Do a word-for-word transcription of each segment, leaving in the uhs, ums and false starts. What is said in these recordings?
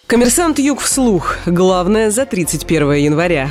Коммерсант Юг вслух. Главное за тридцать первое января.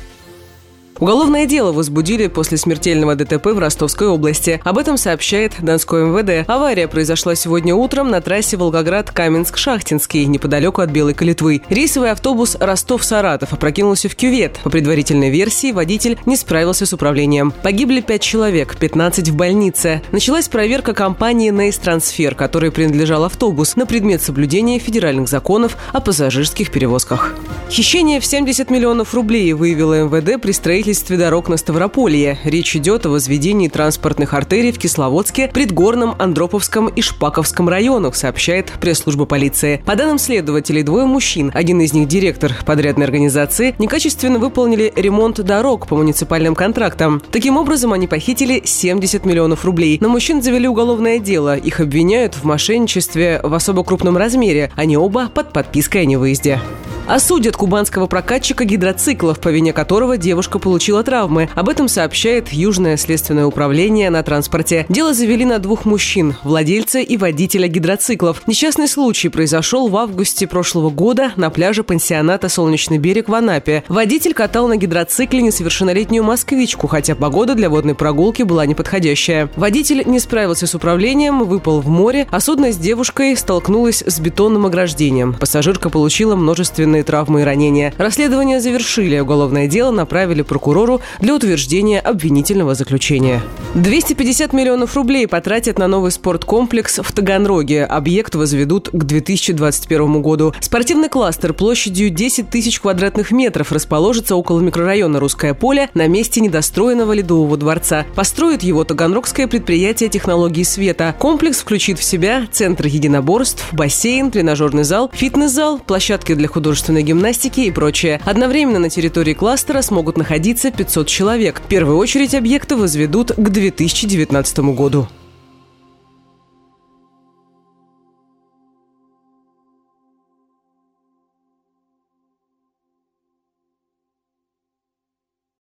Уголовное дело возбудили после смертельного ДТП в Ростовской области. Об этом сообщает Донское эм вэ дэ. Авария произошла сегодня утром на трассе Волгоград-Каменск-Шахтинский, неподалеку от Белой Калитвы. Рейсовый автобус Ростов-Саратов опрокинулся в кювет. По предварительной версии, водитель не справился с управлением. Погибли пять человек, пятнадцать в больнице. Началась проверка компании «Нейс-Трансфер», которой принадлежал автобус, на предмет соблюдения федеральных законов о пассажирских перевозках. Хищение в семьдесят миллионов рублей выявило эм вэ дэ при строительстве дорог на Ставрополье. Речь идет о возведении транспортных артерий в Кисловодске, Предгорном, Андроповском и Шпаковском районах, сообщает пресс-служба полиции. По данным следователей, двое мужчин, один из них директор подрядной организации, некачественно выполнили ремонт дорог по муниципальным контрактам. Таким образом, они похитили семьдесят миллионов рублей. На мужчин завели уголовное дело. Их обвиняют в мошенничестве в особо крупном размере. Они оба под подпиской о невыезде. Осудят кубанского прокатчика гидроциклов, по вине которого девушка получила травмы. Об этом сообщает Южное следственное управление на транспорте. Дело завели на двух мужчин – владельца и водителя гидроциклов. Несчастный случай произошел в августе прошлого года на пляже пансионата «Солнечный берег» в Анапе. Водитель катал на гидроцикле несовершеннолетнюю москвичку, хотя погода для водной прогулки была неподходящая. Водитель не справился с управлением, выпал в море, а судно с девушкой столкнулось с бетонным ограждением. Пассажирка получила множественные травмы и ранения. Расследование завершили. Уголовное дело направили прокурору для утверждения обвинительного заключения. двести пятьдесят миллионов рублей потратят на новый спорткомплекс в Таганроге. Объект возведут к две тысячи двадцать первому году. Спортивный кластер площадью десять тысяч квадратных метров расположится около микрорайона Русское поле на месте недостроенного Ледового дворца. Построит его таганрогское предприятие технологий света. Комплекс включит в себя центр единоборств, бассейн, тренажерный зал, фитнес-зал, площадки для художественной гимнастики и прочее. Одновременно на территории кластера смогут находиться пятьсот человек. В первую очередь объекты возведут к две тысячи девятнадцатому году.